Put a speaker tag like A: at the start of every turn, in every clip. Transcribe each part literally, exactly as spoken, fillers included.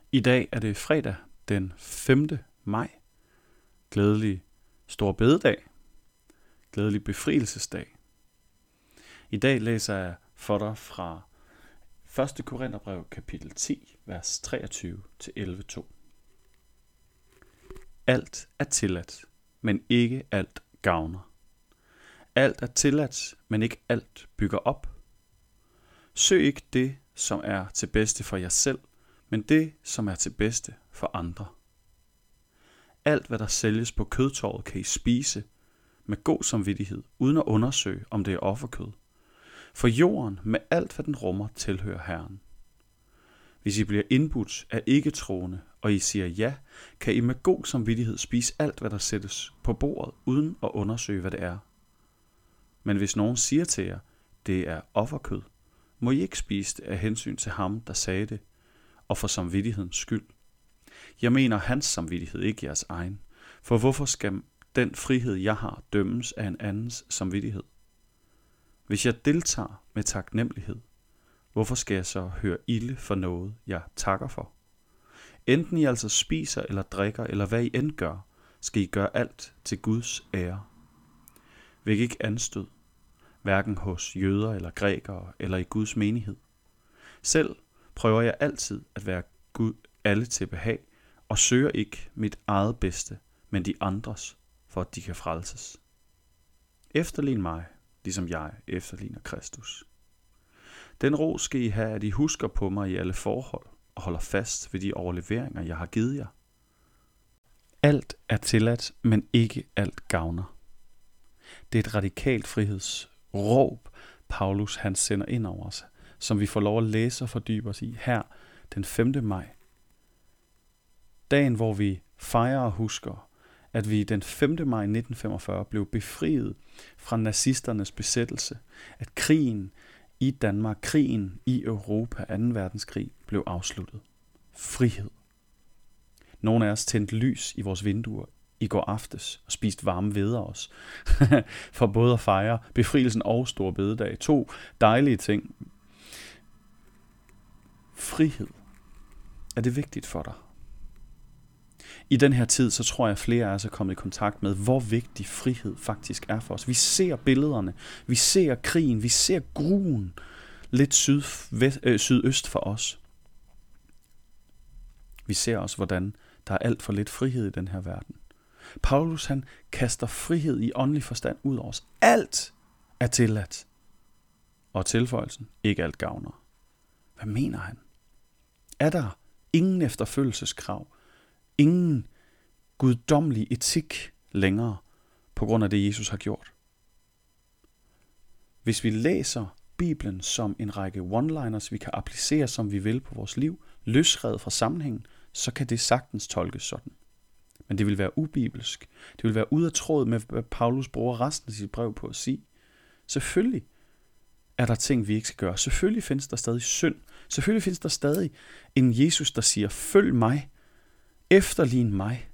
A: I dag er det fredag den femte maj. Glædelig stor bededag. Glædelig befrielsesdag. I dag læser jeg for dig fra første Korintherbrev kapitel ti, vers treogtyve til elleve to. Alt er tilladt, men ikke alt gavner. Alt er tilladt, men ikke alt bygger op. Søg ikke det, som er til bedste for jer selv, men det, som er til bedste for andre. Alt, hvad der sælges på kødtorvet, kan I spise med god samvittighed, uden at undersøge, om det er offerkød. For jorden med alt, hvad den rummer, tilhører Herren. Hvis I bliver indbudt af ikke-troende, og I siger ja, kan I med god samvittighed spise alt, hvad der sættes på bordet, uden at undersøge, hvad det er. Men hvis nogen siger til jer, det er offerkød, må I ikke spise det af hensyn til ham, der sagde det, og for samvittighedens skyld. Jeg mener hans samvittighed, ikke jeres egen. For hvorfor skal den frihed, jeg har, dømmes af en andens samvittighed? Hvis jeg deltager med taknemmelighed, hvorfor skal jeg så høre ilde for noget, jeg takker for? Enten I altså spiser eller drikker, eller hvad I end gør, skal I gøre alt til Guds ære. Væk ikke anstød, hverken hos jøder eller grækere, eller i Guds menighed. Selv prøver jeg altid at være Gud alle til behag, og søger ikke mit eget bedste, men de andres, for at de kan frelses. Efterlign mig, ligesom jeg efterligner Kristus. Den ro skal I have, at I husker på mig i alle forhold, og holder fast ved de overleveringer, jeg har givet jer. Alt er tilladt, men ikke alt gavner. Det er et radikalt frihedsråb, Paulus han sender ind over os, som vi får lov at læse og fordybe os i her den femte maj. Dagen, hvor vi fejrer og husker, at vi den femte maj nitten femogfyrre blev befriet fra nazisternes besættelse, at krigen i Danmark, krigen i Europa, anden verdenskrig, blev afsluttet. Frihed. Nogle af os tændte lys i vores vinduer i går aftes og spiste varme vædder os, for både at fejre befrielsen og store bededag. To dejlige ting. Frihed. Er det vigtigt for dig? I den her tid, så tror jeg, at flere af os er kommet i kontakt med, hvor vigtig frihed faktisk er for os. Vi ser billederne, vi ser krigen, vi ser gruen lidt syd, vest, øh, sydøst for os. Vi ser også, hvordan der er alt for lidt frihed i den her verden. Paulus han kaster frihed i åndelig forstand ud over os. Alt er tilladt. Og tilføjelsen, ikke alt gavner. Hvad mener han? Er der ingen efterfølgelseskrav? Ingen guddommelig etik længere på grund af det, Jesus har gjort? Hvis vi læser Bibelen som en række one-liners, vi kan applicere som vi vil på vores liv, løsredet fra sammenhængen, så kan det sagtens tolkes sådan. Men det vil være ubibelsk. Det vil være ude af tråd med, hvad Paulus bruger resten af sit brev på at sige. Selvfølgelig er der ting, vi ikke skal gøre. Selvfølgelig findes der stadig synd. Selvfølgelig findes der stadig en Jesus, der siger, følg mig, efterlign mig.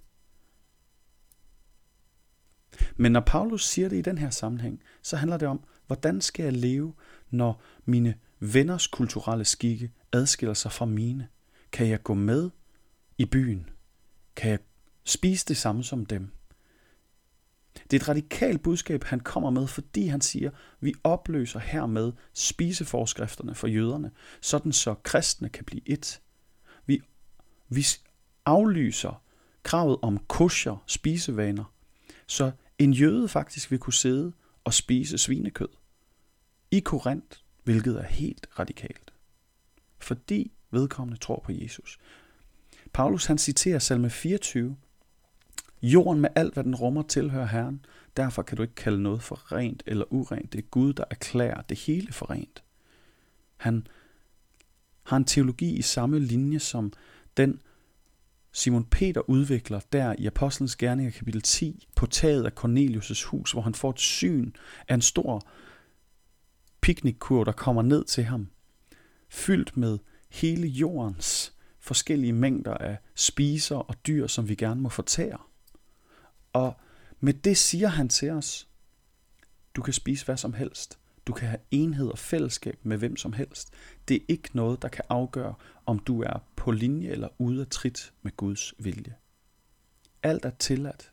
A: Men når Paulus siger det i den her sammenhæng, så handler det om, hvordan skal jeg leve, når mine venners kulturelle skikke adskiller sig fra mine? Kan jeg gå med i byen? Kan jeg spise det samme som dem? Det er et radikalt budskab, han kommer med, fordi han siger, vi opløser hermed spiseforskrifterne for jøderne, sådan så kristne kan blive et. Vi, vi aflyser kravet om kosher spisevaner, så en jøde faktisk vil kunne sidde og spise svinekød i Korinth, hvilket er helt radikalt, fordi vedkommende tror på Jesus. Paulus han citerer salme fireogtyve. Jorden med alt, hvad den rummer, tilhører Herren. Derfor kan du ikke kalde noget for rent eller urent. Det er Gud, der erklærer det hele for rent. Han har en teologi i samme linje som den, Simon Peter udvikler der i Apostlenes Gerninger kapitel ti på taget af Cornelius' hus, hvor han får et syn af en stor piknikkurv, der kommer ned til ham, fyldt med hele jordens forskellige mængder af spiser og dyr, som vi gerne må fortære. Og med det siger han til os, du kan spise hvad som helst. Du kan have enhed og fællesskab med hvem som helst. Det er ikke noget, der kan afgøre, om du er på linje eller ude af trit med Guds vilje. Alt er tilladt.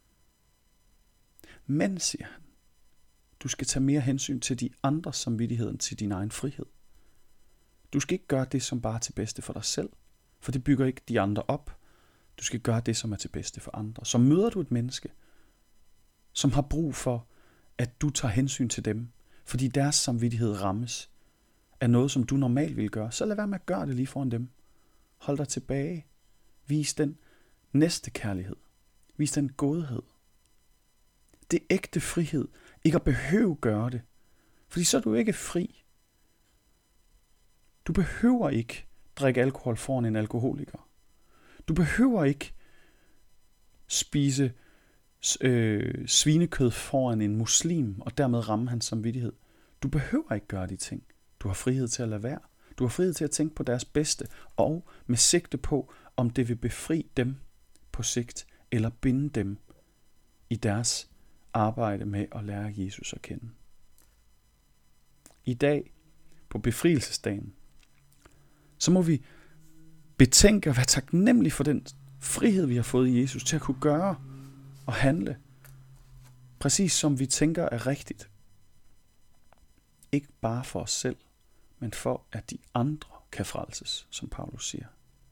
A: Men, siger han, du skal tage mere hensyn til de andres samvittighed end til din egen frihed. Du skal ikke gøre det, som bare er til bedste for dig selv, for det bygger ikke de andre op. Du skal gøre det, som er til bedste for andre. Så møder du et menneske, som har brug for, at du tager hensyn til dem, fordi deres samvittighed rammes af noget, som du normalt vil gøre, så lad være med at gøre det lige foran dem. Hold dig tilbage. Vis den næste kærlighed. Vis den godhed. Det er ægte frihed. Ikke at behøve gøre det. Fordi så er du ikke fri. Du behøver ikke drikke alkohol foran en alkoholiker. Du behøver ikke spise øh, svinekød foran en muslim og dermed ramme hans samvittighed. Du behøver ikke gøre de ting. Du har frihed til at lade være. Du har frihed til at tænke på deres bedste og med sigte på, om det vil befri dem på sigt eller binde dem i deres arbejde med at lære Jesus at kende. I dag, på befrielsesdagen, så må vi betænke og være taknemmelige for den frihed, vi har fået i Jesus til at kunne gøre og handle, præcis som vi tænker er rigtigt. Ikke bare for os selv, men for at de andre kan frelses, som Paulus siger.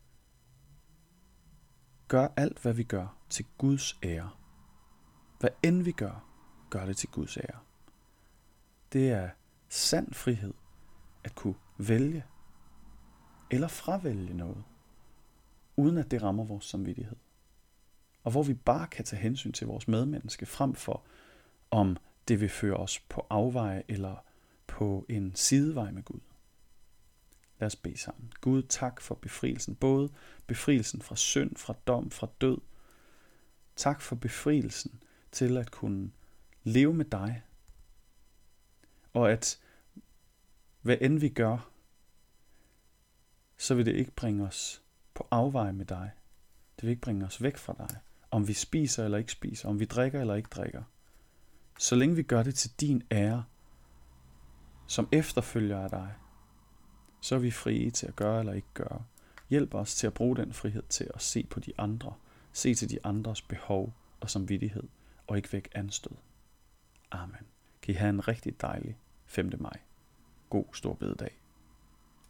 A: Gør alt, hvad vi gør, til Guds ære. Hvad end vi gør, gør det til Guds ære. Det er sand frihed at kunne vælge eller fravælge noget, uden at det rammer vores samvittighed. Og hvor vi bare kan tage hensyn til vores medmenneske, frem for om det vil føre os på afveje eller på en sidevej med Gud. Lad os bede sammen. Gud, tak for befrielsen. Både befrielsen fra synd, fra dom, fra død. Tak for befrielsen til at kunne leve med dig. Og at hvad end vi gør, så vil det ikke bringe os på afveje med dig. Det vil ikke bringe os væk fra dig. Om vi spiser eller ikke spiser, om vi drikker eller ikke drikker. Så længe vi gør det til din ære, som efterfølger af dig, så er vi frie til at gøre eller ikke gøre. Hjælp os til at bruge den frihed til at se på de andre, se til de andres behov og samvittighed, og ikke væk anstød. Amen. Kan I have en rigtig dejlig femte maj. God stor bededag.